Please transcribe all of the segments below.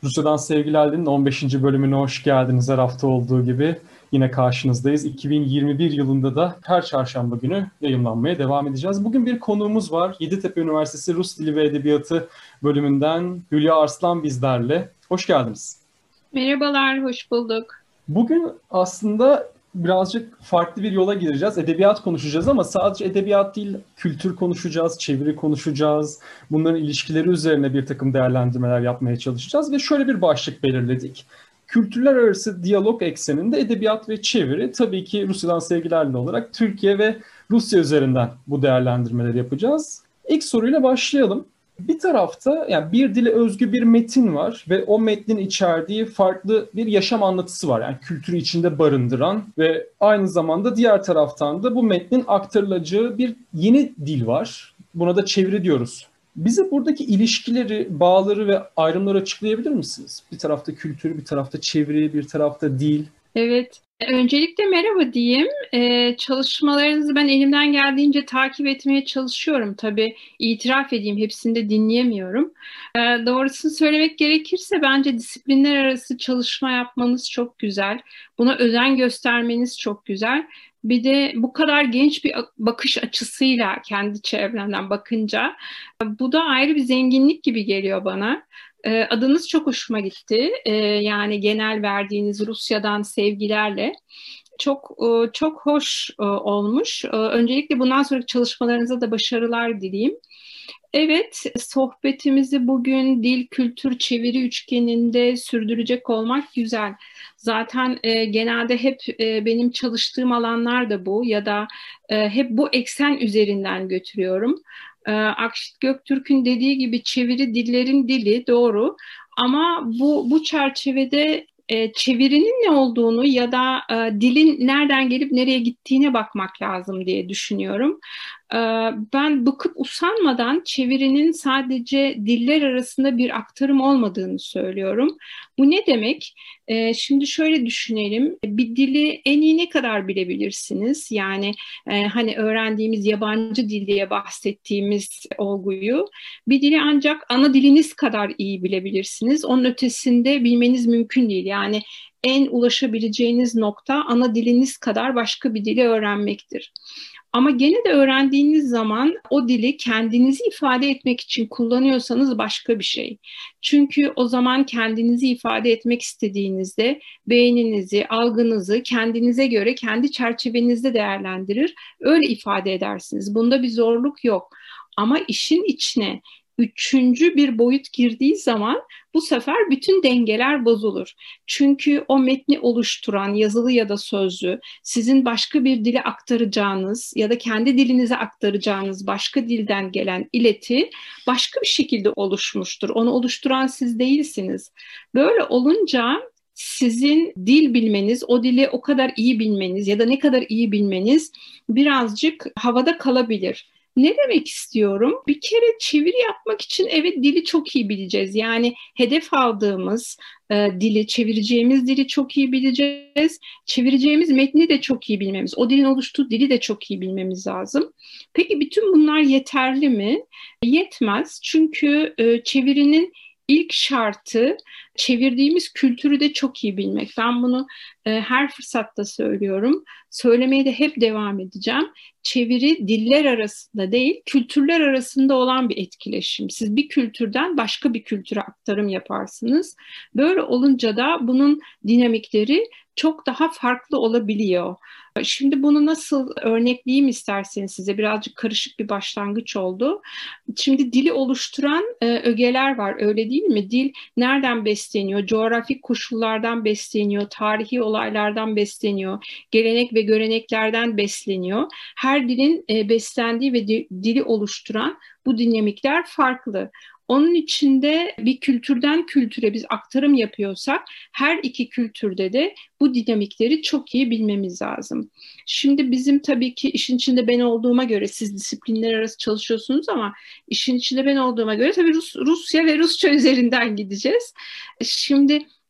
Rusya'dan Sevgiler'in 15. bölümüne hoş geldiniz. Her hafta olduğu gibi yine karşınızdayız. 2021 yılında da her çarşamba günü yayınlanmaya devam edeceğiz. Bugün bir konuğumuz var. Yeditepe Üniversitesi Rus Dili ve Edebiyatı bölümünden Hülya Arslan bizlerle. Hoş geldiniz. Merhabalar, hoş bulduk. Bugün aslında birazcık farklı bir yola gireceğiz. Edebiyat konuşacağız ama sadece edebiyat değil, kültür konuşacağız, çeviri konuşacağız. Bunların ilişkileri üzerine bir takım değerlendirmeler yapmaya çalışacağız ve şöyle bir başlık belirledik. Kültürler arası diyalog ekseninde edebiyat ve çeviri, tabii ki Rusya'dan sevgilerle olarak Türkiye ve Rusya üzerinden bu değerlendirmeleri yapacağız. İlk soruyla başlayalım. Bir tarafta yani bir dile özgü bir metin var ve o metnin içerdiği farklı bir yaşam anlatısı var. Yani kültürü içinde barındıran ve aynı zamanda diğer taraftan da bu metnin aktarılacağı bir yeni dil var. Buna da çeviri diyoruz. Bize buradaki ilişkileri, bağları ve ayrımları açıklayabilir misiniz? Bir tarafta kültür, bir tarafta çeviri, bir tarafta dil. Evet, öncelikle merhaba diyeyim. Çalışmalarınızı ben elimden geldiğince takip etmeye çalışıyorum. Tabii itiraf edeyim, hepsini de dinleyemiyorum. Doğrusunu söylemek gerekirse bence disiplinler arası çalışma yapmanız çok güzel. Buna özen göstermeniz çok güzel. Bir de bu kadar genç bir bakış açısıyla kendi çevrenden bakınca bu da ayrı bir zenginlik gibi geliyor bana. Adınız çok hoşuma gitti. Yani genel verdiğiniz Rusya'dan sevgilerle çok hoş olmuş. Öncelikle bundan sonraki çalışmalarınıza da başarılar dileyim. Evet, sohbetimizi bugün dil, kültür, çeviri üçgeninde sürdürecek olmak güzel. Zaten genelde hep benim çalıştığım alanlar da bu ya da hep bu eksen üzerinden götürüyorum. Akşit Göktürk'ün dediği gibi çeviri dillerin dili doğru. Ama bu çerçevede çevirinin ne olduğunu ya da dilin nereden gelip nereye gittiğine bakmak lazım diye düşünüyorum. E, Ben bıkıp usanmadan çevirinin sadece diller arasında bir aktarım olmadığını söylüyorum. Bu ne demek? Şimdi şöyle düşünelim. Bir dili en iyi ne kadar bilebilirsiniz? Yani hani öğrendiğimiz yabancı dil diye bahsettiğimiz olguyu bir dili ancak ana diliniz kadar iyi bilebilirsiniz. Onun ötesinde bilmeniz mümkün değil. Yani en ulaşabileceğiniz nokta ana diliniz kadar başka bir dili öğrenmektir. Ama gene de öğrendiğiniz zaman o dili kendinizi ifade etmek için kullanıyorsanız başka bir şey. Çünkü o zaman kendinizi ifade etmek istediğinizde beyninizi, algınızı kendinize göre kendi çerçevenizde değerlendirir. Öyle ifade edersiniz. Bunda bir zorluk yok. Ama işin içine üçüncü bir boyut girdiği zaman bu sefer bütün dengeler bozulur. Çünkü o metni oluşturan yazılı ya da sözlü sizin başka bir dile aktaracağınız ya da kendi dilinize aktaracağınız başka dilden gelen ileti başka bir şekilde oluşmuştur. Onu oluşturan siz değilsiniz. Böyle olunca sizin dil bilmeniz, o dili o kadar iyi bilmeniz ya da ne kadar iyi bilmeniz birazcık havada kalabilir. Ne demek istiyorum? Bir kere çeviri yapmak için evet dili çok iyi bileceğiz. Yani hedef aldığımız dili, çevireceğimiz dili çok iyi bileceğiz. Çevireceğimiz metni de çok iyi bilmemiz, o dilin oluştuğu dili de çok iyi bilmemiz lazım. Peki bütün bunlar yeterli mi? Yetmez. Çünkü çevirinin ilk şartı çevirdiğimiz kültürü de çok iyi bilmek. Ben bunu her fırsatta söylüyorum. Söylemeye de hep devam edeceğim. Çeviri diller arasında değil, kültürler arasında olan bir etkileşim. Siz bir kültürden başka bir kültüre aktarım yaparsınız. Böyle olunca da bunun dinamikleri çok daha farklı olabiliyor. Şimdi bunu nasıl örnekleyeyim isterseniz size birazcık karışık bir başlangıç oldu. Şimdi dili oluşturan ögeler var öyle değil mi? Dil nereden besleniyor? Coğrafik koşullardan besleniyor, tarihi olaylardan besleniyor, gelenek ve göreneklerden besleniyor. Her dilin beslendiği ve dili oluşturan bu dinamikler farklı. Onun içinde bir kültürden kültüre biz aktarım yapıyorsak her iki kültürde de bu dinamikleri çok iyi bilmemiz lazım. Şimdi bizim tabii ki işin içinde ben olduğuma göre siz disiplinler arası çalışıyorsunuz ama işin içinde ben olduğuma göre tabii Rusya ve Rusça üzerinden gideceğiz. Şimdi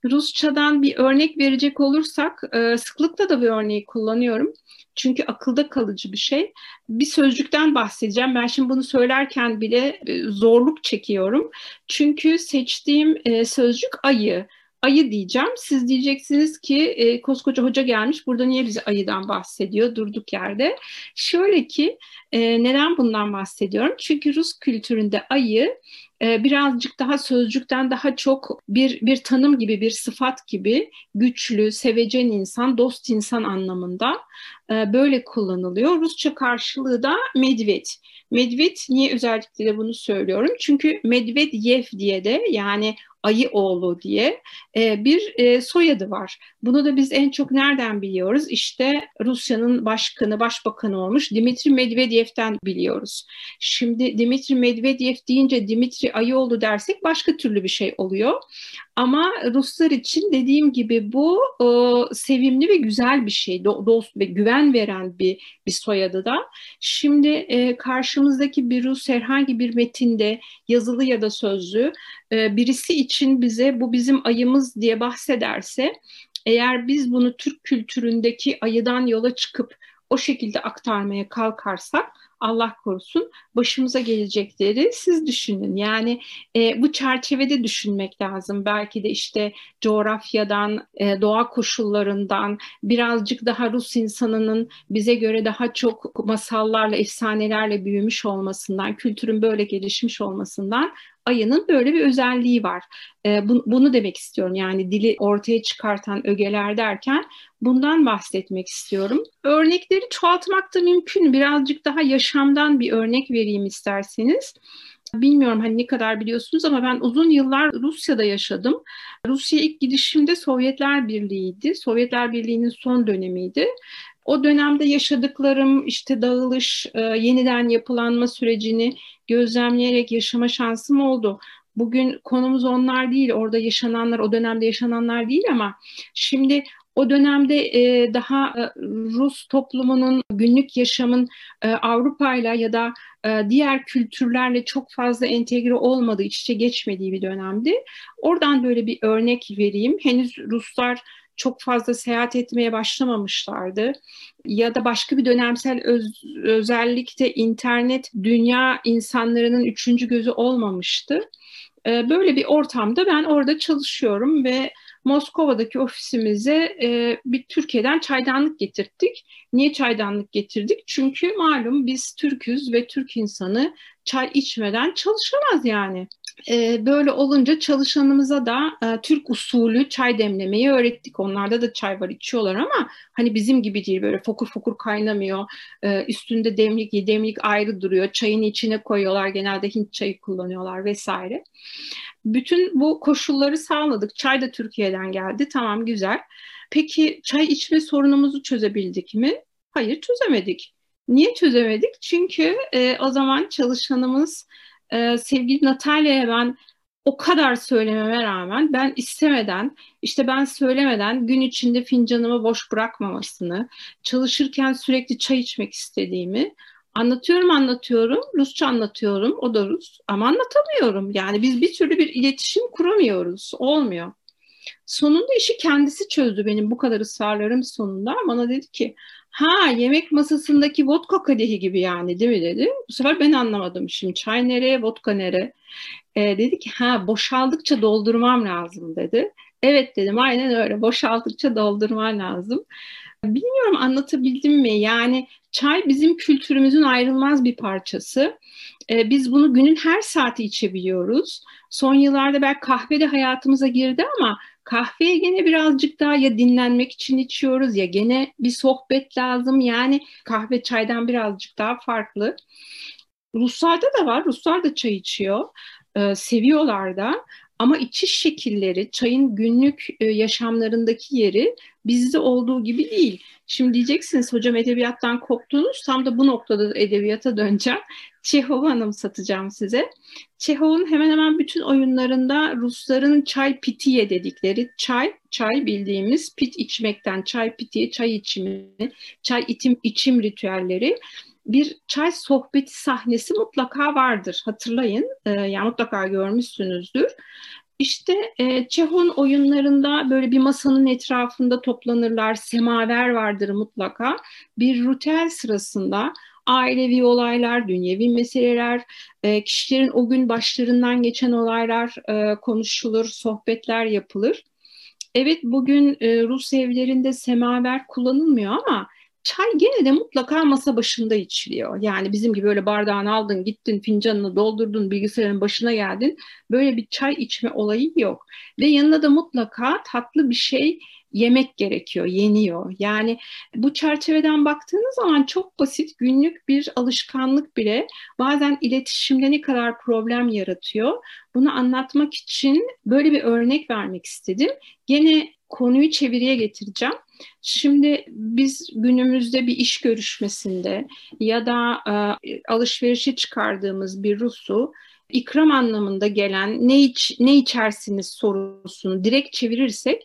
Rusçadan bir örnek verecek olursak, sıklıkla da bir örneği kullanıyorum. Çünkü akılda kalıcı bir şey. Bir sözcükten bahsedeceğim. Ben şimdi bunu söylerken bile zorluk çekiyorum. Çünkü seçtiğim sözcük ayı. Ayı diyeceğim. Siz diyeceksiniz ki koskoca hoca gelmiş, burada niye bize ayıdan bahsediyor durduk yerde? Şöyle ki, neden bundan bahsediyorum? Çünkü Rus kültüründe ayı birazcık daha sözcükten daha çok bir tanım gibi, bir sıfat gibi güçlü, sevecen insan, dost insan anlamında böyle kullanılıyor. Rusça karşılığı da medved. Medved, niye özellikle de bunu söylüyorum? Çünkü Medvedev diye de, yani ayı oğlu diye bir soyadı var. Bunu da biz en çok nereden biliyoruz? İşte Rusya'nın başbakanı olmuş Dimitri Medvedev'den biliyoruz. Şimdi Dimitri Medvedev deyince Dimitri Ayıoğlu dersek başka türlü bir şey oluyor. Ama Ruslar için dediğim gibi bu sevimli ve güzel bir şey. Dost ve güven veren bir soyadı da. Şimdi karşımızdaki bir Rus herhangi bir metinde, yazılı ya da sözlü, birisi için bize bu bizim ayımız diye bahsederse, eğer biz bunu Türk kültüründeki ayıdan yola çıkıp o şekilde aktarmaya kalkarsak, Allah korusun, başımıza gelecekleri siz düşünün. Yani bu çerçevede düşünmek lazım. Belki de işte coğrafyadan, doğa koşullarından, birazcık daha Rus insanının bize göre daha çok masallarla, efsanelerle büyümüş olmasından, kültürün böyle gelişmiş olmasından ayının böyle bir özelliği var. Bunu demek istiyorum. Yani dili ortaya çıkartan ögeler derken bundan bahsetmek istiyorum. Örnekleri çoğaltmak da mümkün. Birazcık daha yaşamdan bir örnek vereyim isterseniz. Bilmiyorum hani ne kadar biliyorsunuz ama ben uzun yıllar Rusya'da yaşadım. Rusya'ya ilk gidişimde Sovyetler Birliği'ydi. Sovyetler Birliği'nin son dönemiydi. O dönemde yaşadıklarım, işte dağılış, yeniden yapılanma sürecini gözlemleyerek yaşama şansım oldu. Bugün konumuz onlar değil, orada yaşananlar, o dönemde yaşananlar değil ama şimdi o dönemde daha Rus toplumunun günlük yaşamın Avrupa'yla ya da diğer kültürlerle çok fazla entegre olmadığı, iç içe geçmediği bir dönemdi. Oradan böyle bir örnek vereyim. Henüz Ruslar çok fazla seyahat etmeye başlamamışlardı. Ya da başka bir dönemsel özellikle internet dünya insanların üçüncü gözü olmamıştı. Böyle bir ortamda ben orada çalışıyorum ve Moskova'daki ofisimize bir Türkiye'den çaydanlık getirttik. Niye çaydanlık getirdik? Çünkü malum biz Türk'üz ve Türk insanı çay içmeden çalışamaz yani. Böyle olunca çalışanımıza da Türk usulü çay demlemeyi öğrettik. Onlarda da çay var, içiyorlar ama hani bizim gibi değil, böyle fokur fokur kaynamıyor. Üstünde demlik ayrı duruyor. Çayın içine koyuyorlar. Genelde Hint çayı kullanıyorlar vesaire. Bütün bu koşulları sağladık. Çay da Türkiye'den geldi. Tamam, güzel. Peki çay içme sorunumuzu çözebildik mi? Hayır, çözemedik. Niye çözemedik? Çünkü o zaman çalışanımız, sevgili Natalya'ya ben o kadar söylememe rağmen, ben istemeden, işte ben söylemeden gün içinde fincanımı boş bırakmamasını, çalışırken sürekli çay içmek istediğimi anlatıyorum, Rusça anlatıyorum, o da Rus ama anlatamıyorum. Yani biz bir türlü bir iletişim kuramıyoruz, olmuyor. Sonunda işi kendisi çözdü benim bu kadar ısrarlarım sonunda. Bana dedi ki, ha, yemek masasındaki vodka kadehi gibi yani, değil mi dedi. Bu sefer ben anlamadım. Şimdi çay nereye, vodka nereye? Dedi ki, ha, boşaldıkça doldurmam lazım dedi. Evet dedim, aynen öyle, boşaldıkça doldurman lazım. Bilmiyorum anlatabildim mi? Yani çay bizim kültürümüzün ayrılmaz bir parçası. Biz bunu günün her saati içebiliyoruz. Son yıllarda belki kahve de hayatımıza girdi ama kahveye gene birazcık daha ya dinlenmek için içiyoruz ya gene bir sohbet lazım. Yani kahve çaydan birazcık daha farklı. Ruslarda da var. Ruslar da çay içiyor. Seviyorlar da. Ama içiş şekilleri, çayın günlük yaşamlarındaki yeri bizde olduğu gibi değil. Şimdi diyeceksiniz hocam edebiyattan koptunuz. Tam da bu noktada edebiyata döneceğim. Çehov'u anımsatacağım size. Çehov'un hemen hemen bütün oyunlarında Rusların çay pitiye dedikleri, çay bildiğimiz, pit içmekten çay pitiye, çay içimi, çay içim ritüelleri. bir çay sohbeti sahnesi mutlaka vardır. Hatırlayın, yani mutlaka görmüşsünüzdür. İşte Çehon oyunlarında böyle bir masanın etrafında toplanırlar, semaver vardır mutlaka. Bir rutel sırasında ailevi olaylar, dünyevi meseleler, kişilerin o gün başlarından geçen olaylar konuşulur, sohbetler yapılır. Evet, bugün Rus evlerinde semaver kullanılmıyor ama çay gene de mutlaka masa başında içiliyor. Yani bizim gibi böyle bardağını aldın, gittin, fincanını doldurdun, bilgisayarın başına geldin. Böyle bir çay içme olayı yok. Ve yanına da mutlaka tatlı bir şey yemek gerekiyor, yeniyor. Yani bu çerçeveden baktığınız zaman çok basit günlük bir alışkanlık bile bazen iletişimde ne kadar problem yaratıyor. Bunu anlatmak için böyle bir örnek vermek istedim. Gene konuyu çeviriye getireceğim. Şimdi biz günümüzde bir iş görüşmesinde ya da alışverişe çıkardığımız bir Rus'u ikram anlamında gelen ne içersiniz sorusunu direkt çevirirsek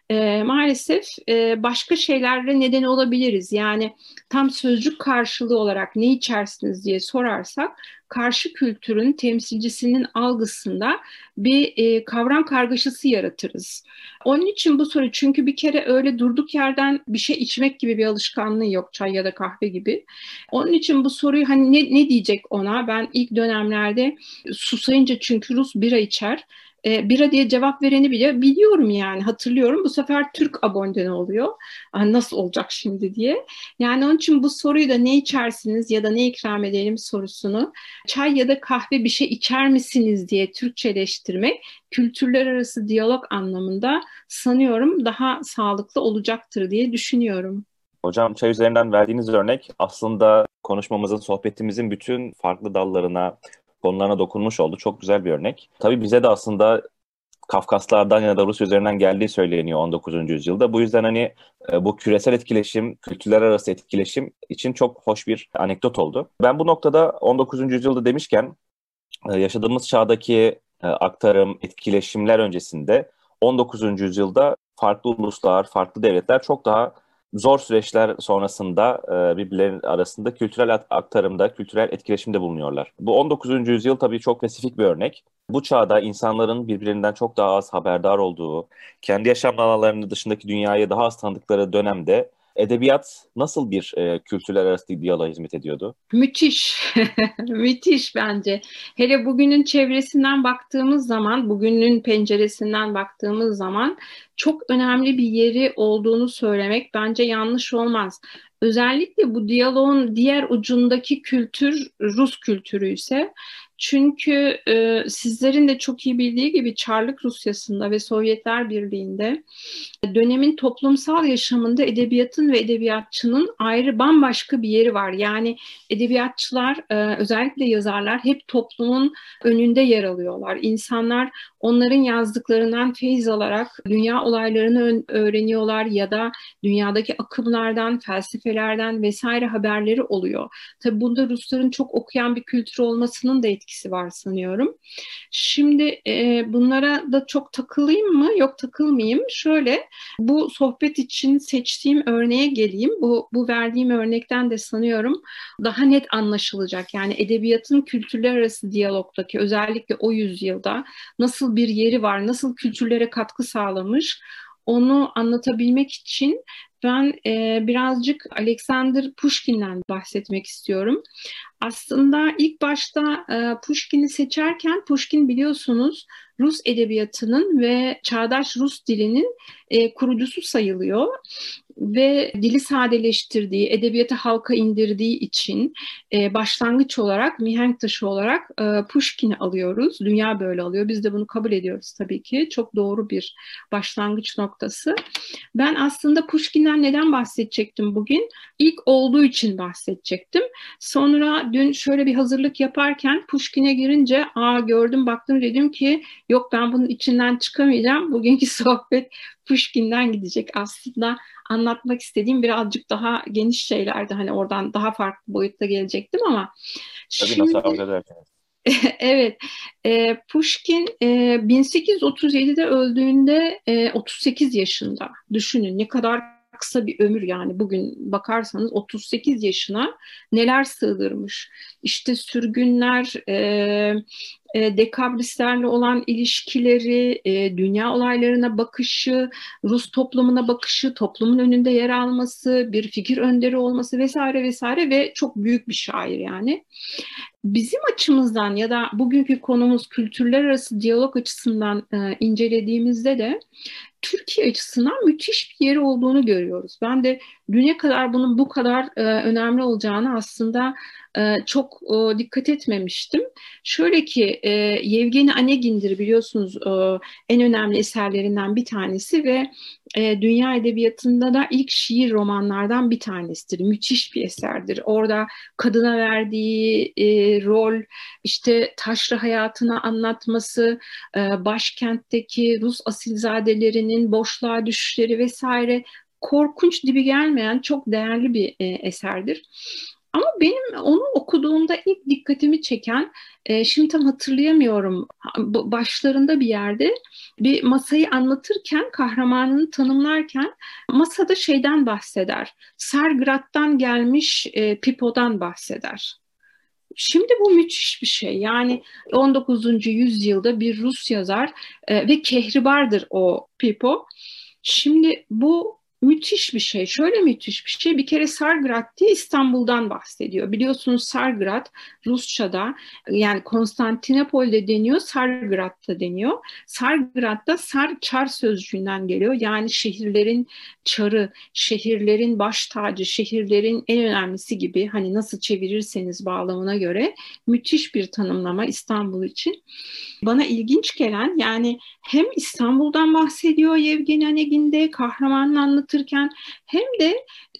maalesef başka şeylerle neden olabiliriz. Yani tam sözcük karşılığı olarak ne içersiniz diye sorarsak karşı kültürün temsilcisinin algısında bir kavram kargaşası yaratırız. Onun için bu soru, çünkü bir kere öyle durduk yerden bir şey içmek gibi bir alışkanlığı yok, çay ya da kahve gibi. Onun için bu soruyu hani ne diyecek ona? Ben ilk dönemlerde susayınca, çünkü Rus bira içer. Bira diye cevap vereni bile biliyorum, yani hatırlıyorum. Bu sefer Türk aboneden oluyor. Nasıl olacak şimdi diye. Yani onun için bu soruyu da ne içersiniz ya da ne ikram edelim sorusunu çay ya da kahve bir şey içer misiniz diye Türkçeleştirmek kültürler arası diyalog anlamında sanıyorum daha sağlıklı olacaktır diye düşünüyorum. Hocam, çay üzerinden verdiğiniz örnek aslında konuşmamızın, sohbetimizin bütün farklı dallarına, konularına dokunmuş oldu. Çok güzel bir örnek. Tabii bize de aslında Kafkaslardan ya da Rusya üzerinden geldiği söyleniyor 19. yüzyılda. Bu yüzden hani bu küresel etkileşim, kültürler arası etkileşim için çok hoş bir anekdot oldu. Ben bu noktada 19. yüzyılda demişken yaşadığımız çağdaki aktarım, etkileşimler öncesinde 19. yüzyılda farklı uluslar, farklı devletler çok daha zor süreçler sonrasında birbirlerinin arasında kültürel aktarımda, kültürel etkileşimde bulunuyorlar. Bu 19. yüzyıl tabii çok spesifik bir örnek. Bu çağda insanların birbirinden çok daha az haberdar olduğu, kendi yaşam alanlarının dışındaki dünyayı daha az tanıdıkları dönemde edebiyat nasıl bir kültürler arası diyaloğa hizmet ediyordu? Müthiş, müthiş bence. Hele bugünün çevresinden baktığımız zaman, bugünün penceresinden baktığımız zaman çok önemli bir yeri olduğunu söylemek bence yanlış olmaz. Özellikle bu diyaloğun diğer ucundaki kültür Rus kültürü ise, çünkü sizlerin de çok iyi bildiği gibi Çarlık Rusyası'nda ve Sovyetler Birliği'nde dönemin toplumsal yaşamında edebiyatın ve edebiyatçının ayrı bambaşka bir yeri var. Yani edebiyatçılar, özellikle yazarlar hep toplumun önünde yer alıyorlar. İnsanlar onların yazdıklarından feyz alarak dünya olaylarını öğreniyorlar ya da dünyadaki akımlardan, felsefelerden vesaire haberleri oluyor. Tabii bunda Rusların çok okuyan bir kültür olmasının da etkisi var sanıyorum. Şimdi bunlara da çok takılayım mı? Yok, takılmayayım. Şöyle, bu sohbet için seçtiğim örneğe geleyim. Bu verdiğim örnekten de sanıyorum daha net anlaşılacak. Yani edebiyatın kültürler arası diyalogdaki, özellikle o yüzyılda nasıl bir yeri var, nasıl kültürlere katkı sağlamış, onu anlatabilmek için ben birazcık Alexander Pushkin'den bahsetmek istiyorum. Aslında ilk başta Pushkin'i seçerken, Pushkin biliyorsunuz Rus edebiyatının ve çağdaş Rus dilinin kurucusu sayılıyor ve dili sadeleştirdiği, edebiyatı halka indirdiği için başlangıç olarak, mihenk taşı olarak Pushkin'i alıyoruz. Dünya böyle alıyor. Biz de bunu kabul ediyoruz tabii ki. Çok doğru bir başlangıç noktası. Ben aslında Pushkin'den neden bahsedecektim bugün? İlk olduğu için bahsedecektim. Sonra dün şöyle bir hazırlık yaparken Pushkin'e girince gördüm, baktım, dedim ki yok, ben bunun içinden çıkamayacağım. Bugünkü sohbet Pushkin'den gidecek. Aslında anlatmak istediğim birazcık daha geniş şeylerdi. Hani oradan daha farklı boyutta gelecektim ama Tabii, nasıl arzu ederseniz. evet, Pushkin 1837'de öldüğünde 38 yaşında. Düşünün ne kadar kısa bir ömür yani bugün bakarsanız 38 yaşına neler sığdırmış. İşte sürgünler, dekabristlerle olan ilişkileri, dünya olaylarına bakışı, Rus toplumuna bakışı, toplumun önünde yer alması, bir fikir önderi olması vesaire vesaire ve çok büyük bir şair yani. Bizim açımızdan ya da bugünkü konumuz kültürler arası diyalog açısından incelediğimizde de Türkiye açısından müthiş bir yeri olduğunu görüyoruz. Ben de düne kadar bunun bu kadar önemli olacağını aslında çok dikkat etmemiştim. Şöyle ki Yevgeni Onegin'dir biliyorsunuz en önemli eserlerinden bir tanesi ve dünya edebiyatında da ilk şiir romanlardan bir tanesidir. Müthiş bir eserdir. Orada kadına verdiği rol, işte taşra hayatını anlatması, başkentteki Rus asilzadelerinin boşluğa düşüşleri vesaire korkunç dibi gelmeyen çok değerli bir eserdir. Ama benim onu okuduğumda ilk dikkatimi çeken, şimdi tam hatırlayamıyorum, başlarında bir yerde bir masayı anlatırken, kahramanını tanımlarken masada şeyden bahseder. Sargrad'dan gelmiş Pipo'dan bahseder. Şimdi bu müthiş bir şey. Yani 19. yüzyılda bir Rus yazar ve kehribardır o Pipo. Şimdi bu müthiş bir şey. Şöyle müthiş bir şey. Bir kere Sargrad diye İstanbul'dan bahsediyor. Biliyorsunuz Sargrad Rusça'da yani Konstantinopol'de deniyor, Sargrad'da deniyor. Sargrad'da çar sözcüğünden geliyor. Yani şehirlerin çarı, şehirlerin baş tacı, şehirlerin en önemlisi gibi hani nasıl çevirirseniz bağlamına göre müthiş bir tanımlama İstanbul için. Bana ilginç gelen yani hem İstanbul'dan bahsediyor Yevgeni Onegin'de kahramanını anlatırken hem de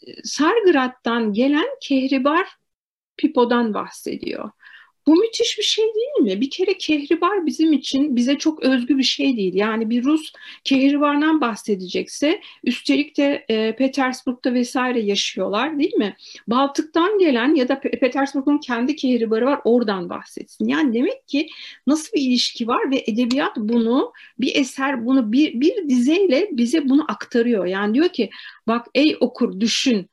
Sargrad'dan gelen kehribar Pipo'dan bahsediyor. Bu müthiş bir şey değil mi? Bir kere kehribar bizim için bize çok özgü bir şey değil. Yani bir Rus kehribardan bahsedecekse üstelik de Petersburg'da vesaire yaşıyorlar değil mi? Baltık'tan gelen ya da Petersburg'un kendi kehribarı var oradan bahsetsin. Yani demek ki nasıl bir ilişki var ve edebiyat bunu bir eser bunu bir dizeyle bize bunu aktarıyor. Yani diyor ki bak ey okur düşün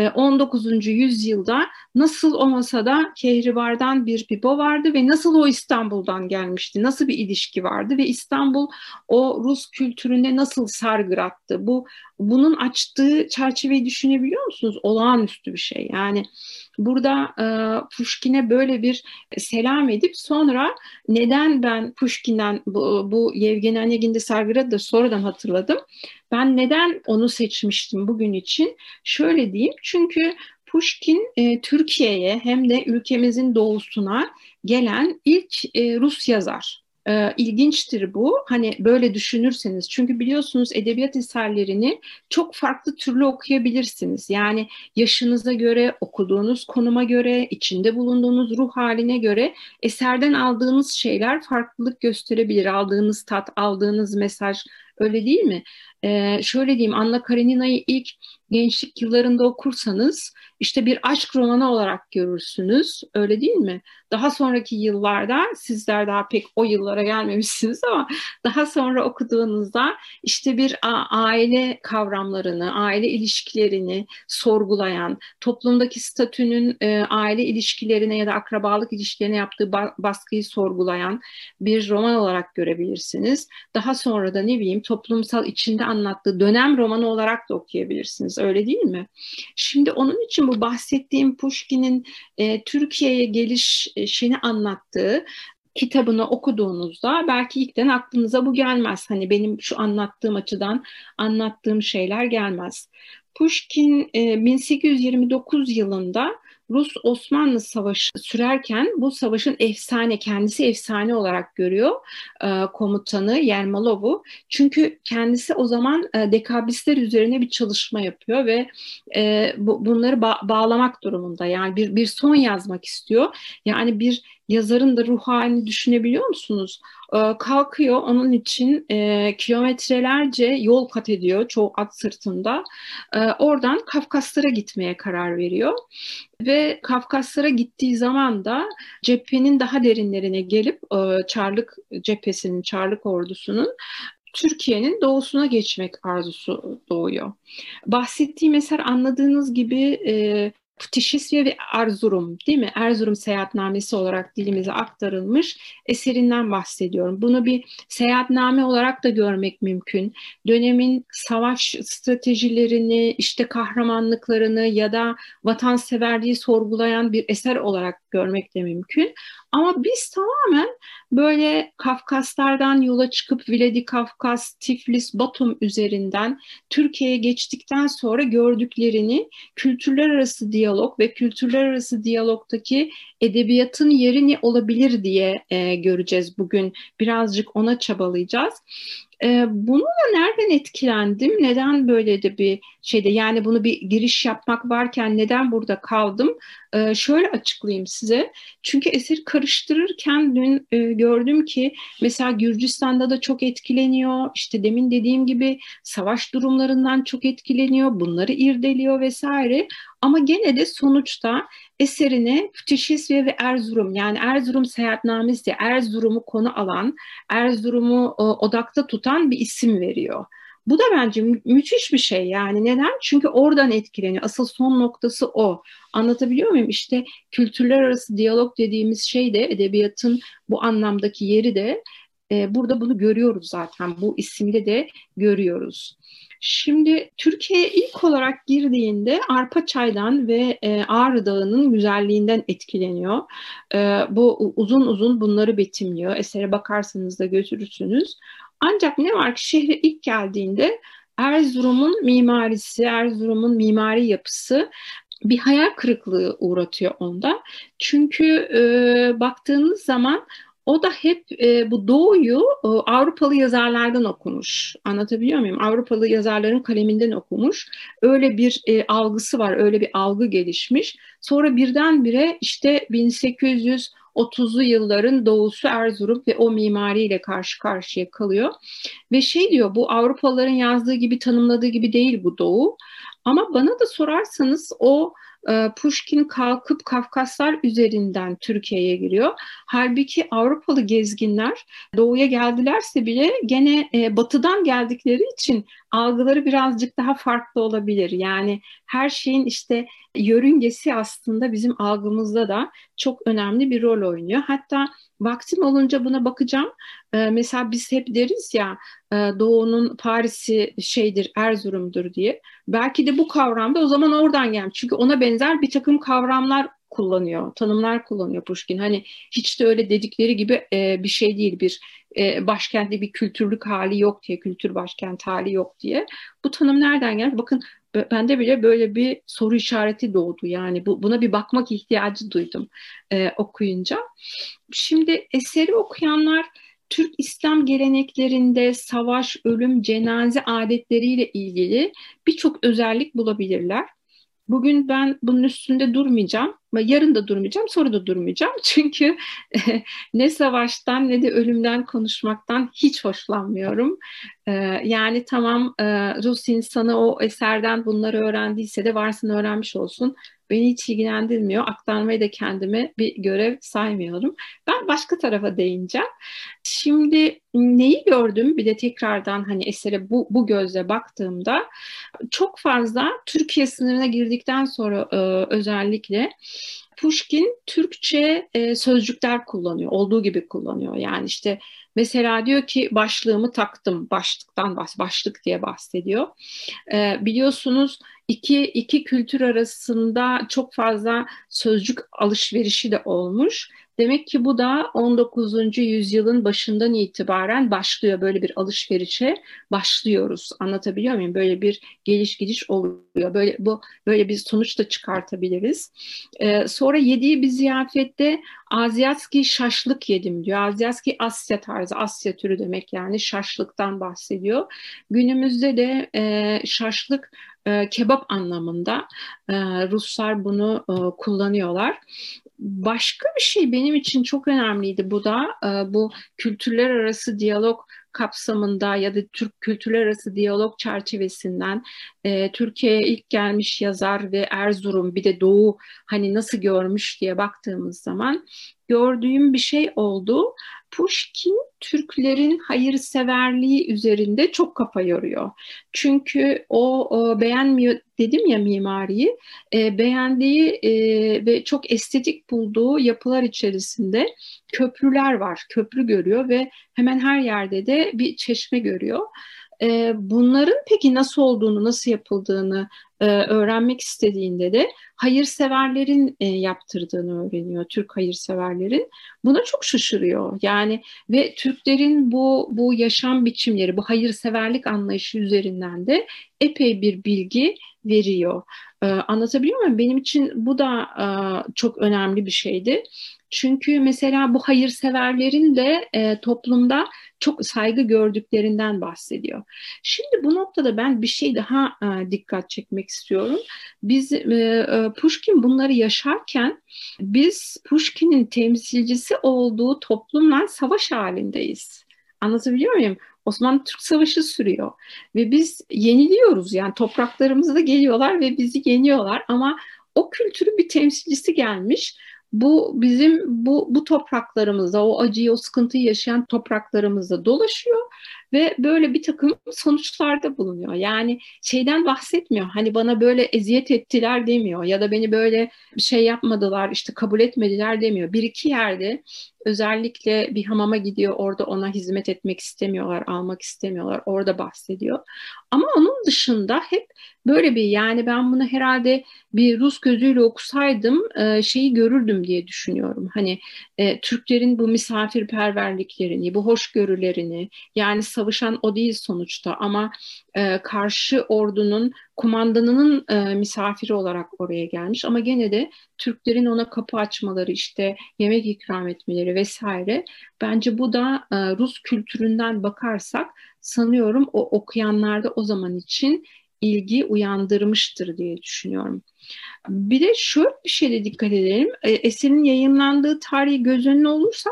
19. yüzyılda nasıl o masada kehribardan bir Pipo vardı ve nasıl o İstanbul'dan gelmişti, nasıl bir ilişki vardı ve İstanbul o Rus kültürüne nasıl sargırattı. Bunun açtığı çerçeveyi düşünebiliyor musunuz? Olağanüstü bir şey. Yani burada Pushkin'e böyle bir selam edip sonra neden ben Pushkin'den bu Yevgeni Onegin'de Sargrad'ı da sonradan hatırladım. Ben neden onu seçmiştim bugün için? Şöyle diyeyim çünkü Pushkin Türkiye'ye hem de ülkemizin doğusuna gelen ilk Rus yazar. İlginçtir bu. Hani böyle düşünürseniz. Çünkü biliyorsunuz edebiyat eserlerini çok farklı türlü okuyabilirsiniz. Yani yaşınıza göre, okuduğunuz konuma göre, içinde bulunduğunuz ruh haline göre eserden aldığınız şeyler farklılık gösterebilir. Aldığınız tat, aldığınız mesaj öyle değil mi? Şöyle diyeyim Anna Karenina'yı ilk gençlik yıllarında okursanız işte bir aşk romanı olarak görürsünüz. Öyle değil mi? Daha sonraki yıllarda sizler daha pek o yıllara gelmemişsiniz ama daha sonra okuduğunuzda işte bir aile kavramlarını, aile ilişkilerini sorgulayan, toplumdaki statünün aile ilişkilerine ya da akrabalık ilişkilerine yaptığı baskıyı sorgulayan bir roman olarak görebilirsiniz. Daha sonra da ne bileyim toplumsal içinde anlattığı dönem romanı olarak da okuyabilirsiniz. Öyle değil mi? Şimdi onun için bu bahsettiğim Pushkin'in Türkiye'ye gelişini anlattığı kitabını okuduğunuzda belki ilkten aklınıza bu gelmez. Hani benim şu anlattığım açıdan anlattığım şeyler gelmez. Pushkin 1829 yılında Rus-Osmanlı Savaşı sürerken bu savaşın kendisi efsane olarak görüyor komutanı Yermolov'u. Çünkü kendisi o zaman dekabristler üzerine bir çalışma yapıyor ve bunları bağlamak durumunda. Yani bir son yazmak istiyor. Yani bir yazarın da ruh halini düşünebiliyor musunuz? Kalkıyor onun için kilometrelerce yol kat ediyor çoğu at sırtında. Oradan Kafkaslara gitmeye karar veriyor. Ve Kafkaslara gittiği zaman da cephenin daha derinlerine gelip Çarlık cephesinin, Çarlık ordusunun Türkiye'nin doğusuna geçmek arzusu doğuyor. Bahsettiğim eser anladığınız gibi Putişisya ve Erzurum, değil mi? Erzurum seyahatnamesi olarak dilimize aktarılmış eserinden bahsediyorum. Bunu bir seyahatname olarak da görmek mümkün. Dönemin savaş stratejilerini, işte kahramanlıklarını ya da vatanseverliği sorgulayan bir eser olarak görmek de mümkün. Ama biz tamamen böyle Kafkaslardan yola çıkıp Vladikavkaz, Tiflis, Batum üzerinden Türkiye'ye geçtikten sonra gördüklerini kültürler arası diyalog ve kültürler arası diyalogtaki edebiyatın yeri ne olabilir diye göreceğiz bugün. Birazcık ona çabalayacağız. Bununla nereden etkilendim? Neden böyle de bir şeyde, yani bunu bir giriş yapmak varken neden burada kaldım? Şöyle açıklayayım size. Çünkü eseri karıştırırken dün gördüm ki mesela Gürcistan'da da çok etkileniyor. İşte demin dediğim gibi savaş durumlarından çok etkileniyor. Bunları irdeliyor vesaire. Ama gene de sonuçta eserine Fütüşesya ve Erzurum, yani Erzurum seyahatnamesi, Erzurum'u konu alan, Erzurum'u odakta tutan bir isim veriyor. Bu da bence müthiş bir şey, yani neden? Çünkü oradan etkileniyor. Asıl son noktası o. Anlatabiliyor muyum? İşte kültürler arası diyalog dediğimiz şey de, edebiyatın bu anlamdaki yeri de burada bunu görüyoruz zaten. Bu isimde de görüyoruz. Şimdi Türkiye'ye ilk olarak girdiğinde Arpaçay'dan ve Ağrı Dağı'nın güzelliğinden etkileniyor. Bu uzun uzun bunları betimliyor. Esere bakarsanız da götürürsünüz. Ancak ne var ki şehre ilk geldiğinde Erzurum'un mimarisi, Erzurum'un mimari yapısı bir hayal kırıklığı uğratıyor onda. Çünkü baktığınız zaman o da hep bu doğuyu Avrupalı yazarlardan okumuş. Anlatabiliyor muyum? Avrupalı yazarların kaleminden okumuş. Öyle bir algısı var, öyle bir algı gelişmiş. Sonra birdenbire işte 1830'lu yılların doğusu Erzurum ve o mimariyle karşı karşıya kalıyor. Ve şey diyor, bu Avrupalıların yazdığı gibi, tanımladığı gibi değil bu doğu. Ama bana da sorarsanız o Pushkin kalkıp Kafkaslar üzerinden Türkiye'ye giriyor. Halbuki Avrupalı gezginler doğuya geldilerse bile gene batıdan geldikleri için algıları birazcık daha farklı olabilir. Yani her şeyin işte yörüngesi aslında bizim algımızda da çok önemli bir rol oynuyor. Hatta vaktim olunca buna bakacağım. Mesela biz hep deriz ya Doğu'nun Paris'i şeydir, Erzurum'dur diye. Belki de bu kavram da o zaman oradan gelmiş. Çünkü ona benzer bir takım kavramlar kullanıyor, tanımlar kullanıyor Pushkin. Hani hiç de öyle dedikleri gibi bir şey değil, bir başkentte bir kültürlük hali yok diye, kültür başkent hali yok diye. Bu tanım nereden gelmiş? Bakın bende bile böyle bir soru işareti doğdu. Yani buna bir bakmak ihtiyacı duydum okuyunca. Şimdi eseri okuyanlar Türk İslam geleneklerinde savaş, ölüm, cenaze adetleriyle ilgili birçok özellik bulabilirler. Bugün ben bunun üstünde durmayacağım. Yarın da durmayacağım, sonra da durmayacağım. Çünkü ne savaştan ne de ölümden konuşmaktan hiç hoşlanmıyorum. Yani tamam, Rus insanı o eserden bunları öğrendiyse de varsın öğrenmiş olsun. Beni hiç ilgilendirmiyor. Aktarmayı da kendime bir görev saymıyorum. Ben başka tarafa değineceğim. Şimdi neyi gördüm? Bir de tekrardan hani esere bu gözle baktığımda çok fazla Türkiye sınırına girdikten sonra özellikle Pushkin Türkçe sözcükler kullanıyor. Olduğu gibi kullanıyor. Yani işte mesela diyor ki başlığımı taktım. Başlıktan başlık diye bahsediyor. Biliyorsunuz iki kültür arasında çok fazla sözcük alışverişi de olmuş. Demek ki bu da 19. yüzyılın başından itibaren başlıyor, böyle bir alışverişe başlıyoruz. Anlatabiliyor muyum? Böyle bir geliş gidiş oluyor. Böyle bir sonuç da çıkartabiliriz. Sonra yediği bir ziyafette Azyatski şaşlık yedim diyor. Azyatski Asya tarzı, Asya türü demek, yani şaşlıktan bahsediyor. Günümüzde de şaşlık kebap anlamında Ruslar bunu kullanıyorlar. Başka bir şey benim için çok önemliydi, bu da bu kültürler arası diyalog kapsamında ya da Türk kültürler arası diyalog çerçevesinden Türkiye'ye ilk gelmiş yazar ve Erzurum bir de Doğu hani nasıl görmüş diye baktığımız zaman gördüğüm bir şey oldu. Pushkin Türklerin hayırseverliği üzerinde çok kafa yoruyor. Çünkü o beğenmiyor dedim ya mimariyi, beğendiği ve çok estetik bulduğu yapılar içerisinde köprüler var. Köprü görüyor ve hemen her yerde de bir çeşme görüyor. Bunların peki nasıl olduğunu, nasıl yapıldığını öğrenmek istediğinde de hayırseverlerin yaptırdığını öğreniyor, Türk hayırseverlerin. Buna çok şaşırıyor. Yani ve Türklerin bu yaşam biçimleri, bu hayırseverlik anlayışı üzerinden de epey bir bilgi veriyor. Anlatabiliyor muyum? Benim için bu da çok önemli bir şeydi. Çünkü mesela bu hayırseverlerin de toplumda çok saygı gördüklerinden bahsediyor. Şimdi bu noktada ben bir şey daha dikkat çekmek istiyorum. Biz Pushkin bunları yaşarken biz Pushkin'in temsilcisi olduğu toplumla savaş halindeyiz. Anlatabiliyor muyum? Osmanlı-Türk Savaşı sürüyor ve biz yeniliyoruz, yani topraklarımıza geliyorlar ve bizi yeniyorlar ama o kültürün bir temsilcisi gelmiş. Bu bizim bu topraklarımızda, o acıyı, o sıkıntıyı yaşayan topraklarımızda dolaşıyor ve böyle bir takım sonuçlarda bulunuyor. Yani şeyden bahsetmiyor. Hani bana böyle eziyet ettiler demiyor ya da beni böyle bir şey yapmadılar, işte kabul etmediler demiyor. Bir iki yerde özellikle bir hamama gidiyor, orada ona hizmet etmek istemiyorlar, almak istemiyorlar. Orada bahsediyor. Ama onun dışında hep böyle bir, yani ben bunu herhalde bir Rus gözüyle okusaydım şeyi görürdüm diye düşünüyorum. Hani Türklerin bu misafirperverliklerini, bu hoşgörülerini, yani savaşan o değil sonuçta ama karşı ordunun kumandanının misafiri olarak oraya gelmiş ama gene de Türklerin ona kapı açmaları, işte yemek ikram etmeleri vesaire. Bence bu da Rus kültüründen bakarsak sanıyorum o okuyanlarda o zaman için ilgi uyandırmıştır diye düşünüyorum. Bir de şöyle bir şeye dikkat edelim. Eserin yayımlandığı tarihi göz önüne olursa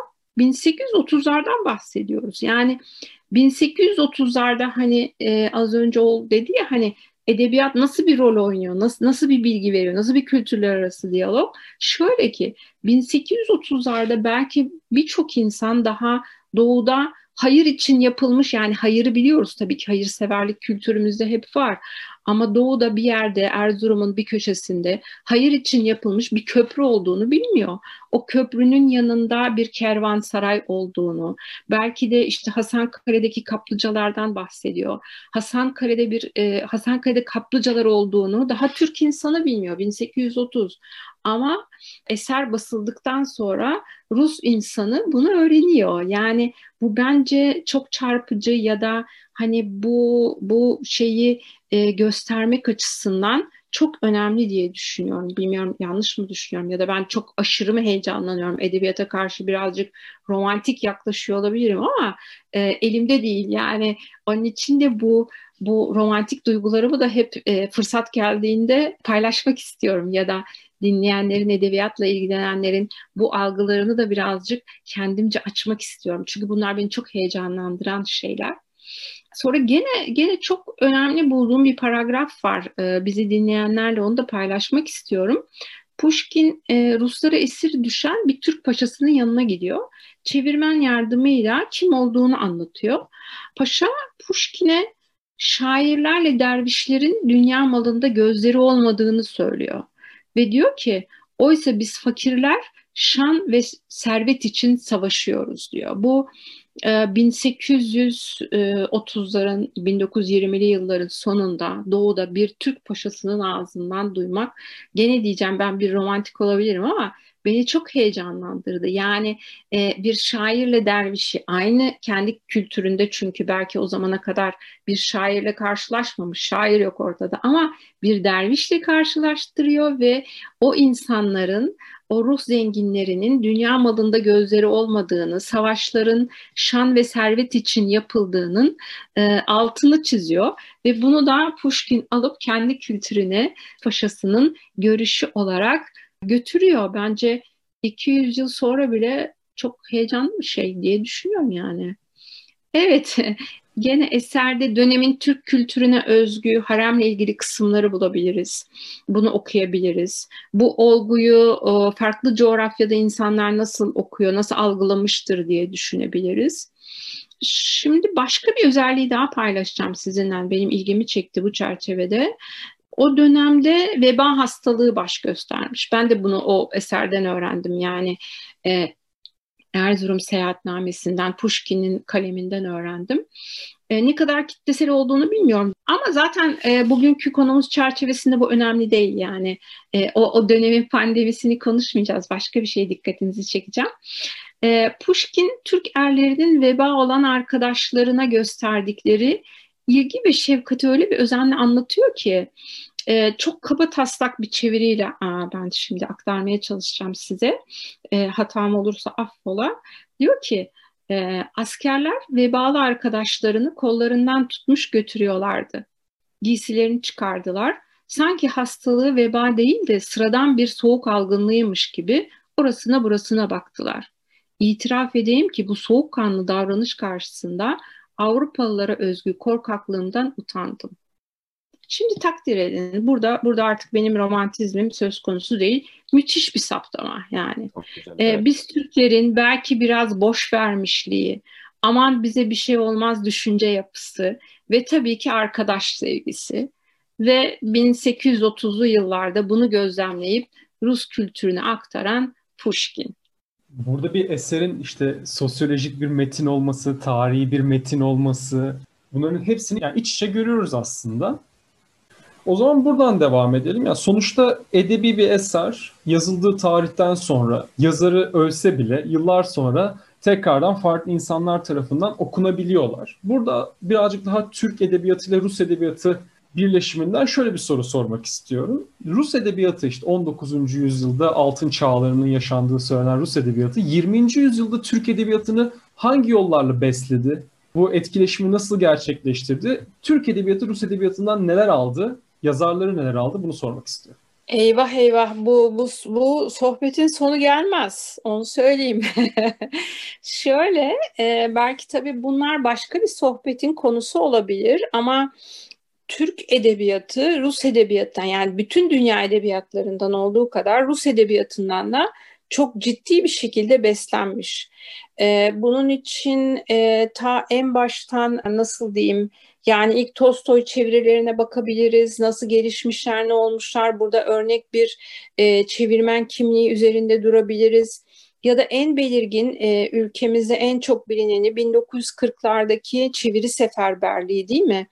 1830'lardan bahsediyoruz. Yani 1830'larda hani az önce o dedi ya, hani edebiyat nasıl bir rol oynuyor, nasıl bir bilgi veriyor, nasıl bir kültürler arası diyalog. Şöyle ki 1830'larda belki birçok insan daha doğuda hayır için yapılmış, yani hayırı biliyoruz tabii ki, hayırseverlik kültürümüzde hep var. Ama doğuda bir yerde, Erzurum'un bir köşesinde hayır için yapılmış bir köprü olduğunu bilmiyor. O köprünün yanında bir kervansaray olduğunu, belki de işte Hasankale'deki kaplıcalardan bahsediyor. Hasankale'de kaplıcalar olduğunu daha Türk insanı bilmiyor, 1830. Ama eser basıldıktan sonra Rus insanı bunu öğreniyor. Yani bu bence çok çarpıcı ya da hani bu şeyi göstermek açısından çok önemli diye düşünüyorum. Bilmiyorum, yanlış mı düşünüyorum ya da ben çok aşırı mı heyecanlanıyorum? Edebiyata karşı birazcık romantik yaklaşıyor olabilirim ama elimde değil. Yani onun için de bu romantik duygularımı da hep fırsat geldiğinde paylaşmak istiyorum ya da dinleyenlerin, edebiyatla ilgilenenlerin bu algılarını da birazcık kendimce açmak istiyorum. Çünkü bunlar beni çok heyecanlandıran şeyler. Sonra gene çok önemli bulduğum bir paragraf var. Bizi dinleyenlerle onu da paylaşmak istiyorum. Pushkin Ruslara esir düşen bir Türk paşasının yanına gidiyor. Çevirmen yardımıyla kim olduğunu anlatıyor. Paşa Pushkin'e şairlerle dervişlerin dünya malında gözleri olmadığını söylüyor. Ve diyor ki oysa biz fakirler şan ve servet için savaşıyoruz diyor. Bu 1830'ların, 1920'li yılların sonunda Doğu'da bir Türk paşasının ağzından duymak, gene diyeceğim ben bir romantik olabilirim ama beni çok heyecanlandırdı. Yani bir şairle dervişi aynı kendi kültüründe, çünkü belki o zamana kadar bir şairle karşılaşmamış, şair yok ortada ama bir dervişle karşılaştırıyor ve o insanların, o ruh zenginlerinin dünya malında gözleri olmadığını, savaşların şan ve servet için yapıldığının altını çiziyor ve bunu da Pushkin alıp kendi kültürüne paşasının görüşü olarak götürüyor. Bence 200 yıl sonra bile çok heyecanlı bir şey diye düşünüyorum yani. Evet, Gene eserde dönemin Türk kültürüne özgü haremle ilgili kısımları bulabiliriz. Bunu okuyabiliriz. Bu olguyu farklı coğrafyada insanlar nasıl okuyor, nasıl algılamıştır diye düşünebiliriz. Şimdi başka bir özelliği daha paylaşacağım sizinle. Benim ilgimi çekti bu çerçevede. O dönemde veba hastalığı baş göstermiş. Ben de bunu o eserden öğrendim. Yani Erzurum Seyahatnamesi'nden, Pushkin'in kaleminden öğrendim. Ne kadar kitlesel olduğunu bilmiyorum. Ama zaten bugünkü konumuz çerçevesinde bu önemli değil. Yani o dönemin pandemisini konuşmayacağız. Başka bir şeye dikkatinizi çekeceğim. Pushkin, Türk erlerinin veba olan arkadaşlarına gösterdikleri ilgi ve şefkati öyle bir özenle anlatıyor ki çok kaba taslak bir çeviriyle ben şimdi aktarmaya çalışacağım size. Hatam olursa affola. Diyor ki askerler vebalı arkadaşlarını kollarından tutmuş götürüyorlardı. Giysilerini çıkardılar. Sanki hastalığı veba değil de sıradan bir soğuk algınlığıymış gibi orasına burasına baktılar. İtiraf edeyim ki bu soğukkanlı davranış karşısında Avrupalılara özgü korkaklığımdan utandım. Şimdi takdir edin. Burada artık benim romantizmim söz konusu değil. Müthiş bir saptama yani. Çok güzel, evet. Biz Türklerin belki biraz boş vermişliği, aman bize bir şey olmaz düşünce yapısı ve tabii ki arkadaş sevgisi ve 1830'lu yıllarda bunu gözlemleyip Rus kültürüne aktaran Pushkin. Burada bir eserin işte sosyolojik bir metin olması, tarihi bir metin olması, bunların hepsini yani iç içe görüyoruz aslında. O zaman buradan devam edelim. Yani sonuçta edebi bir eser yazıldığı tarihten sonra yazarı ölse bile yıllar sonra tekrardan farklı insanlar tarafından okunabiliyorlar. Burada birazcık daha Türk edebiyatı ile Rus edebiyatı birleşiminden şöyle bir soru sormak istiyorum. Rus edebiyatı işte 19. yüzyılda altın çağlarının yaşandığı söylenen Rus edebiyatı 20. yüzyılda Türk edebiyatını hangi yollarla besledi? Bu etkileşimi nasıl gerçekleştirdi? Türk edebiyatı Rus edebiyatından neler aldı? Yazarları neler aldı? Bunu sormak istiyorum. Eyvah eyvah bu sohbetin sonu gelmez. Onu söyleyeyim. Şöyle belki tabii bunlar başka bir sohbetin konusu olabilir ama Türk edebiyatı Rus edebiyatından yani bütün dünya edebiyatlarından olduğu kadar Rus edebiyatından da çok ciddi bir şekilde beslenmiş. Bunun için ta en baştan nasıl diyeyim yani ilk Tolstoy çevirilerine bakabiliriz. Nasıl gelişmişler, ne olmuşlar. Burada örnek bir çevirmen kimliği üzerinde durabiliriz. Ya da en belirgin ülkemizde en çok bilineni 1940'lardaki çeviri seferberliği değil mi?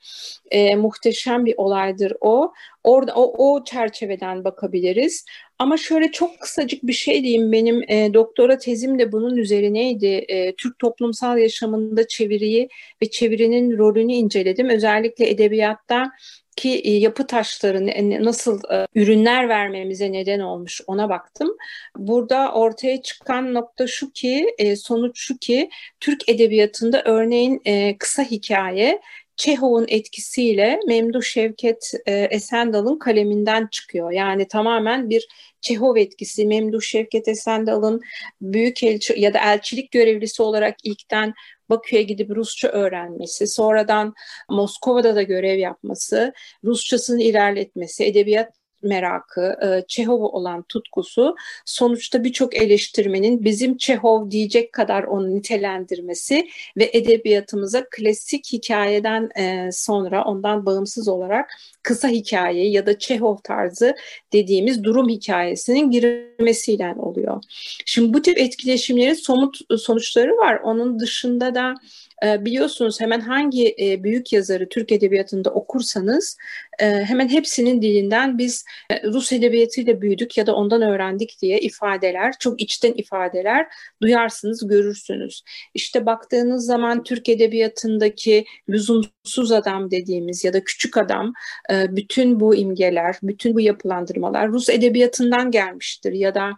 Muhteşem bir olaydır o. Orada o çerçeveden bakabiliriz. Ama şöyle çok kısacık bir şey diyeyim. Benim doktora tezim de bunun üzerineydi. Türk toplumsal yaşamında çeviriyi ve çevirinin rolünü inceledim. Özellikle edebiyatta ki yapı taşları nasıl ürünler vermemize neden olmuş ona baktım. Burada ortaya çıkan nokta şu ki, sonuç şu ki Türk edebiyatında örneğin kısa hikaye Çehov'un etkisiyle Memduh Şevket Esendal'ın kaleminden çıkıyor. Yani tamamen bir Çehov etkisi. Memduh Şevket Esendal'ın büyükelçi ya da elçilik görevlisi olarak ilkten Bakü'ye gidip Rusça öğrenmesi, sonradan Moskova'da da görev yapması, Rusçasını ilerletmesi, edebiyat merakı, Çehov'a olan tutkusu sonuçta birçok eleştirmenin bizim Çehov diyecek kadar onu nitelendirmesi ve edebiyatımıza klasik hikayeden sonra ondan bağımsız olarak kısa hikaye ya da Çehov tarzı dediğimiz durum hikayesinin girmesiyle oluyor. Şimdi bu tip etkileşimlerin somut sonuçları var. Onun dışında da biliyorsunuz hemen hangi büyük yazarı Türk edebiyatında okursanız hemen hepsinin dilinden biz Rus edebiyatıyla büyüdük ya da ondan öğrendik diye ifadeler, çok içten ifadeler duyarsınız, görürsünüz. İşte baktığınız zaman Türk edebiyatındaki lüzumsuz adam dediğimiz ya da küçük adam, bütün bu imgeler, bütün bu yapılandırmalar Rus edebiyatından gelmiştir ya da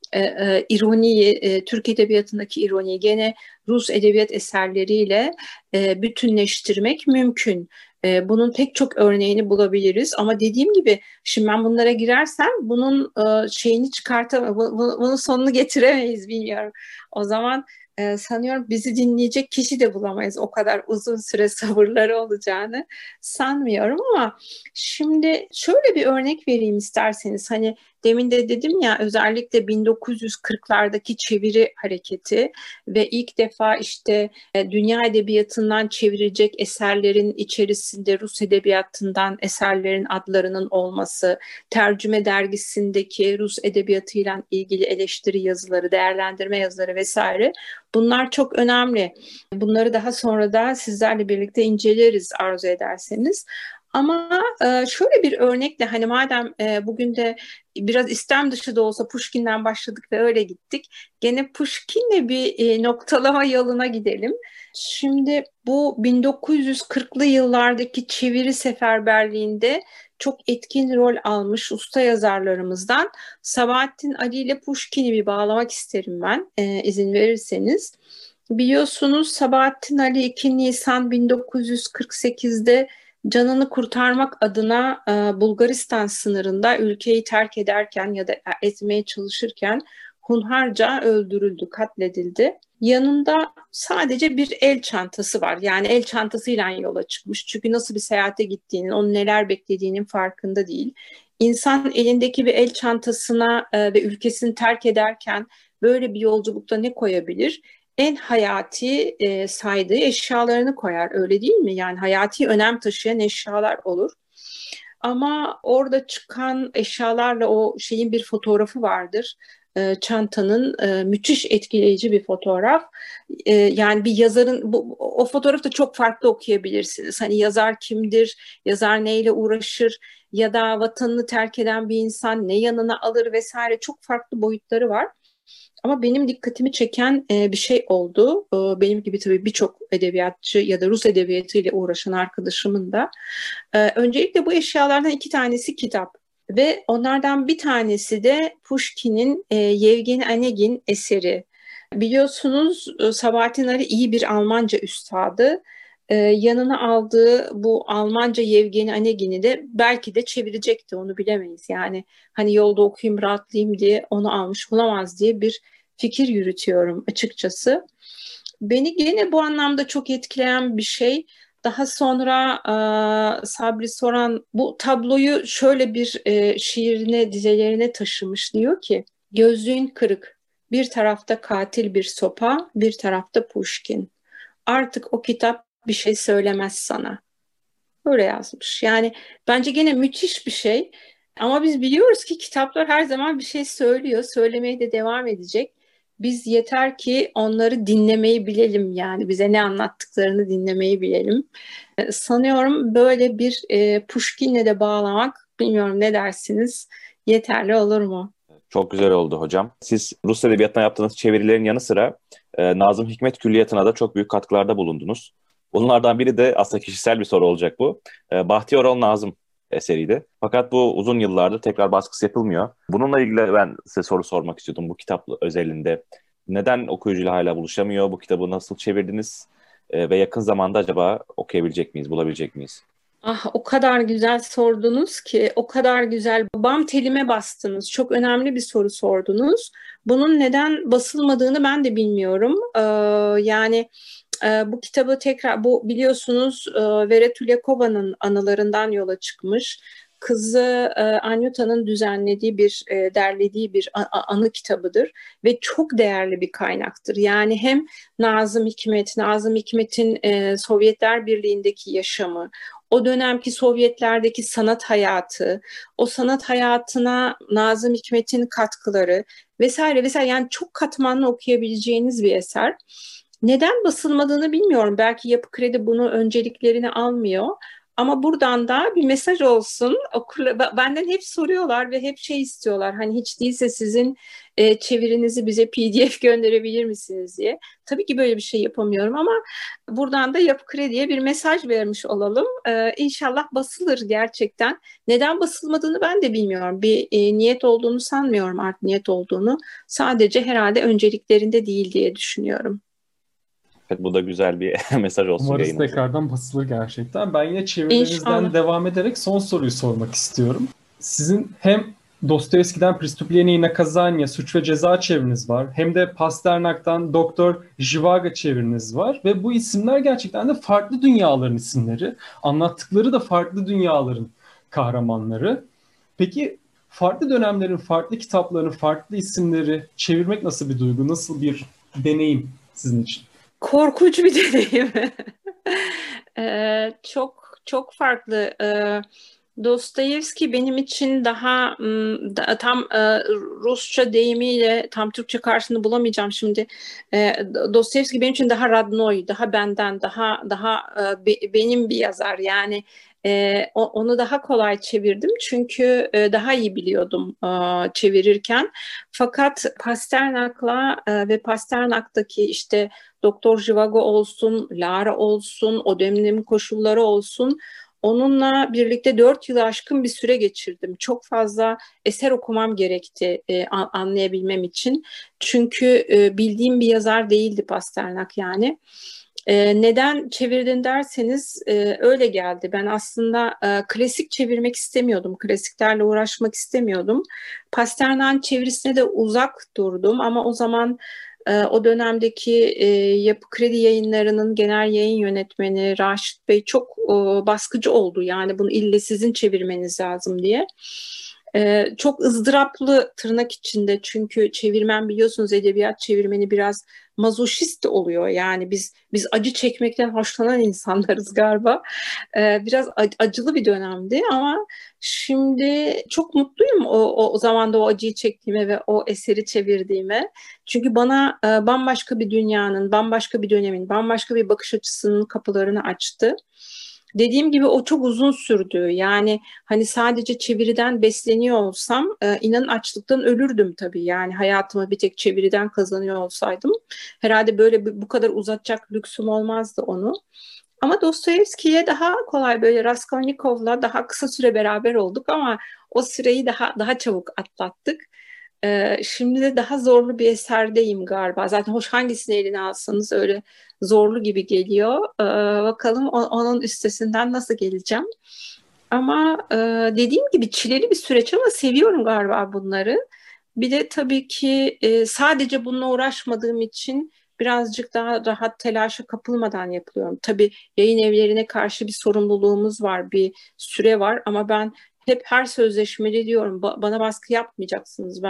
ironiyi, Türk edebiyatındaki ironiyi gene Rus edebiyat eserleriyle bütünleştirmek mümkün. Bunun pek çok örneğini bulabiliriz ama dediğim gibi şimdi ben bunlara girersem bunun şeyini çıkartamam, bunun sonunu getiremeyiz, bilmiyorum. O zaman sanıyorum bizi dinleyecek kişi de bulamayız. O kadar uzun süre sabırları olacağını sanmıyorum ama şimdi şöyle bir örnek vereyim isterseniz. Hani demin de dedim ya, özellikle 1940'lardaki çeviri hareketi ve ilk defa işte dünya edebiyatından çevrilecek eserlerin içerisinde Rus edebiyatından eserlerin adlarının olması, Tercüme dergisindeki Rus edebiyatıyla ilgili eleştiri yazıları, değerlendirme yazıları vesaire. Bunlar çok önemli. Bunları daha sonra da sizlerle birlikte inceleriz arzu ederseniz. Ama şöyle bir örnekle, hani madem bugün de biraz istem dışı da olsa Pushkin'den başladık ve öyle gittik. Gene Pushkin'le bir noktalama yoluna gidelim. Şimdi bu 1940'lı yıllardaki çeviri seferberliğinde çok etkin rol almış usta yazarlarımızdan Sabahattin Ali ile Pushkin'i bir bağlamak isterim ben, izin verirseniz. Biliyorsunuz Sabahattin Ali 2 Nisan 1948'de canını kurtarmak adına Bulgaristan sınırında ülkeyi terk ederken ya da etmeye çalışırken hunharca öldürüldü, katledildi. Yanında sadece bir el çantası var. Yani el çantasıyla yola çıkmış. Çünkü nasıl bir seyahate gittiğinin, onun neler beklediğinin farkında değil. İnsan elindeki bir el çantasına ve ülkesini terk ederken böyle bir yolculukta ne koyabilir? En hayati saydığı eşyalarını koyar, öyle değil mi? Yani hayati önem taşıyan eşyalar olur. Ama orada çıkan eşyalarla o şeyin bir fotoğrafı vardır. Çantanın müthiş etkileyici bir fotoğraf. Yani bir yazarın o fotoğrafta çok farklı okuyabilirsiniz. Hani yazar kimdir, yazar neyle uğraşır ya da vatanını terk eden bir insan ne yanına alır vesaire, çok farklı boyutları var. Ama benim dikkatimi çeken bir şey oldu. Benim gibi tabii birçok edebiyatçı ya da Rus edebiyatıyla uğraşan arkadaşımın da. Öncelikle bu eşyalardan 2 tanesi kitap. Ve onlardan bir tanesi de Pushkin'in Yevgeni Onegin eseri. Biliyorsunuz Sabahattin Ali iyi bir Almanca üstadı. Yanına aldığı bu Almanca Yevgeni Onegin'i de belki de çevirecekti, onu bilemeyiz. Yani hani yolda okuyayım rahatlayayım diye onu almış olamaz diye bir fikir yürütüyorum açıkçası. Beni gene bu anlamda çok etkileyen bir şey. Daha sonra Sabri Soran bu tabloyu şöyle bir şiirine, dizelerine taşımış. Diyor ki, gözlüğün kırık, bir tarafta katil bir sopa, bir tarafta Pushkin. Artık o kitap bir şey söylemez sana. Böyle yazmış. Yani bence gene müthiş bir şey. Ama biz biliyoruz ki kitaplar her zaman bir şey söylüyor. Söylemeye de devam edecek. Biz yeter ki onları dinlemeyi bilelim, yani bize ne anlattıklarını dinlemeyi bilelim. Sanıyorum böyle bir Pushkin'le de bağlamak, bilmiyorum ne dersiniz, yeterli olur mu? Çok güzel oldu hocam. Siz Rus edebiyatına yaptığınız çevirilerin yanı sıra Nazım Hikmet Külliyatı'na da çok büyük katkılarda bulundunuz. Bunlardan biri de aslında kişisel bir soru olacak bu. Bahtiyarol Nazım eseriydi. Fakat bu uzun yıllardır tekrar baskısı yapılmıyor. Bununla ilgili ben size soru sormak istiyordum bu kitap özelinde. Neden okuyucuyla hala buluşamıyor? Bu kitabı nasıl çevirdiniz? Ve yakın zamanda acaba okuyabilecek miyiz, bulabilecek miyiz? Ah, o kadar güzel sordunuz ki, o kadar güzel bam telime bastınız. Çok önemli bir soru sordunuz. Bunun neden basılmadığını ben de bilmiyorum. Yani bu kitabı tekrar, bu biliyorsunuz Vera Tulyakova'nın anılarından yola çıkmış. Kızı Anyuta'nın düzenlediği bir, derlediği bir anı kitabıdır ve çok değerli bir kaynaktır. Yani hem Nazım Hikmet'in Sovyetler Birliği'ndeki yaşamı, o dönemki Sovyetlerdeki sanat hayatı, o sanat hayatına Nazım Hikmet'in katkıları vesaire vesaire, yani çok katmanlı okuyabileceğiniz bir eser. Neden basılmadığını bilmiyorum. Belki Yapı Kredi bunu önceliklerini almıyor. Ama buradan da bir mesaj olsun. Benden hep soruyorlar ve hep şey istiyorlar. Hani hiç değilse sizin çevirinizi bize PDF gönderebilir misiniz diye. Tabii ki böyle bir şey yapamıyorum ama buradan da Yapı Kredi'ye bir mesaj vermiş olalım. İnşallah basılır gerçekten. Neden basılmadığını ben de bilmiyorum. Bir niyet olduğunu sanmıyorum, art niyet olduğunu. Sadece herhalde önceliklerinde değil diye düşünüyorum. Bu da güzel bir mesaj olsun Umarız yayınımıza. tekrardan basılır gerçekten. Ben yine çevirilerinizden İnşallah. devam ederek son soruyu sormak istiyorum. Sizin hem Dostoyevski'den Prestuplenije i Nakazanje, Suç ve Ceza çeviriniz var. Hem de Pasternak'tan Doktor Zhivago çeviriniz var. Ve bu isimler gerçekten de farklı dünyaların isimleri. Anlattıkları da farklı dünyaların kahramanları. Peki farklı dönemlerin, farklı kitapların, farklı isimleri çevirmek nasıl bir duygu, nasıl bir deneyim sizin için? Korkunç bir deneyim. Çok çok farklı. Dostoyevski benim için daha tam Rusça deyimiyle tam Türkçe karşılığını bulamayacağım şimdi. Dostoyevski benim için daha Radnoy, daha benden, daha benim bir yazar. Yani onu daha kolay çevirdim çünkü daha iyi biliyordum çevirirken. Fakat Pasternak'la ve Pasternak'taki işte Doktor Zhivago olsun, Lara olsun, o dönemin koşulları olsun, onunla birlikte 4 yılı aşkın bir süre geçirdim. Çok fazla eser okumam gerekti anlayabilmem için. Çünkü bildiğim bir yazar değildi Pasternak yani. Neden çevirdin derseniz öyle geldi. Ben aslında klasik çevirmek istemiyordum. Klasiklerle uğraşmak istemiyordum. Pasternak'ın çevirisine de uzak durdum ama o zaman o dönemdeki Yapı Kredi Yayınları'nın genel yayın yönetmeni Raşit Bey çok baskıcı oldu. Yani bunu ille sizin çevirmeniz lazım diye. Çok ızdıraplı tırnak içinde çünkü çevirmen biliyorsunuz edebiyat çevirmeni biraz mazoşist oluyor. Yani biz acı çekmekten hoşlanan insanlarız galiba. Biraz acılı bir dönemdi ama şimdi çok mutluyum o zamanda o acıyı çektiğime ve o eseri çevirdiğime. Çünkü bana bambaşka bir dünyanın, bambaşka bir dönemin, bambaşka bir bakış açısının kapılarını açtı. Dediğim gibi o çok uzun sürdü. Yani hani sadece çeviriden besleniyor olsam inanın açlıktan ölürdüm tabii. Yani hayatımı bir tek çeviriden kazanıyor olsaydım herhalde böyle bu kadar uzatacak lüksüm olmazdı onu. Ama Dostoyevski'ye daha kolay böyle Raskolnikov'la daha kısa süre beraber olduk ama o süreyi daha çabuk atlattık. Şimdi de daha zorlu bir eserdeyim galiba. Zaten hoş hangisini eline alsanız öyle zorlu gibi geliyor. Bakalım onun üstesinden nasıl geleceğim. Ama dediğim gibi çileli bir süreç ama seviyorum galiba bunları. Bir de tabii ki sadece bununla uğraşmadığım için birazcık daha rahat telaşa kapılmadan yapılıyorum. Tabii yayın evlerine karşı bir sorumluluğumuz var, bir süre var ama ben hep her sözleşmede diyorum bana baskı yapmayacaksınız.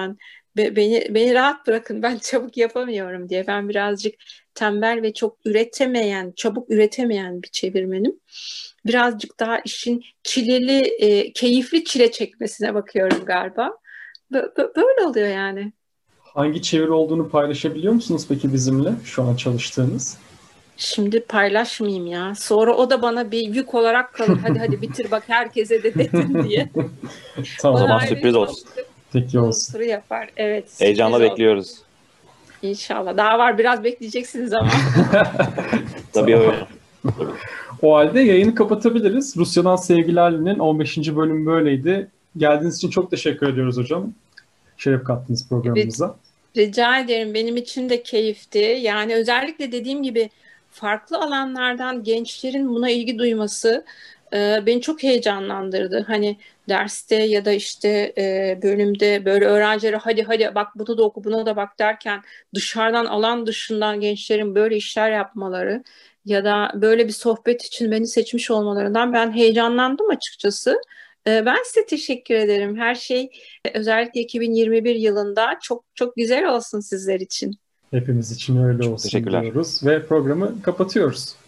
Beni rahat bırakın. Ben çabuk yapamıyorum diye. Ben birazcık tembel ve çok çabuk üretemeyen bir çevirmenim. Birazcık daha işin çileli, keyifli çile çekmesine bakıyorum galiba. Böyle oluyor yani. Hangi çeviri olduğunu paylaşabiliyor musunuz peki bizimle şu an çalıştığınız? Şimdi paylaşmayayım ya. Sonra o da bana bir yük olarak kalır. Hadi bitir bak herkese de dedin diye. Tamam. O zaman Bana sürpriz olsun. Peki olsun. Unsuru yapar. Evet. Heyecanla sürpriz bekliyoruz. olsun. İnşallah. Daha var biraz bekleyeceksiniz ama. Tabii öyle. O halde yayını kapatabiliriz. Rusya'dan Sevgilerle'nin 15. bölümü böyleydi. Geldiğiniz için çok teşekkür ediyoruz hocam. Şeref kattınız programımıza. Rica ederim. Benim için de keyifti. Yani özellikle dediğim gibi farklı alanlardan gençlerin buna ilgi duyması beni çok heyecanlandırdı. Hani derste ya da işte bölümde böyle öğrencilere hadi bak bunu da oku buna da bak derken dışarıdan alan dışından gençlerin böyle işler yapmaları ya da böyle bir sohbet için beni seçmiş olmalarından ben heyecanlandım açıkçası. Ben size teşekkür ederim. Her şey özellikle 2021 yılında çok çok güzel olsun sizler için. Hepimiz için öyle Çok olsun teşekkürler. diyoruz ve programı kapatıyoruz.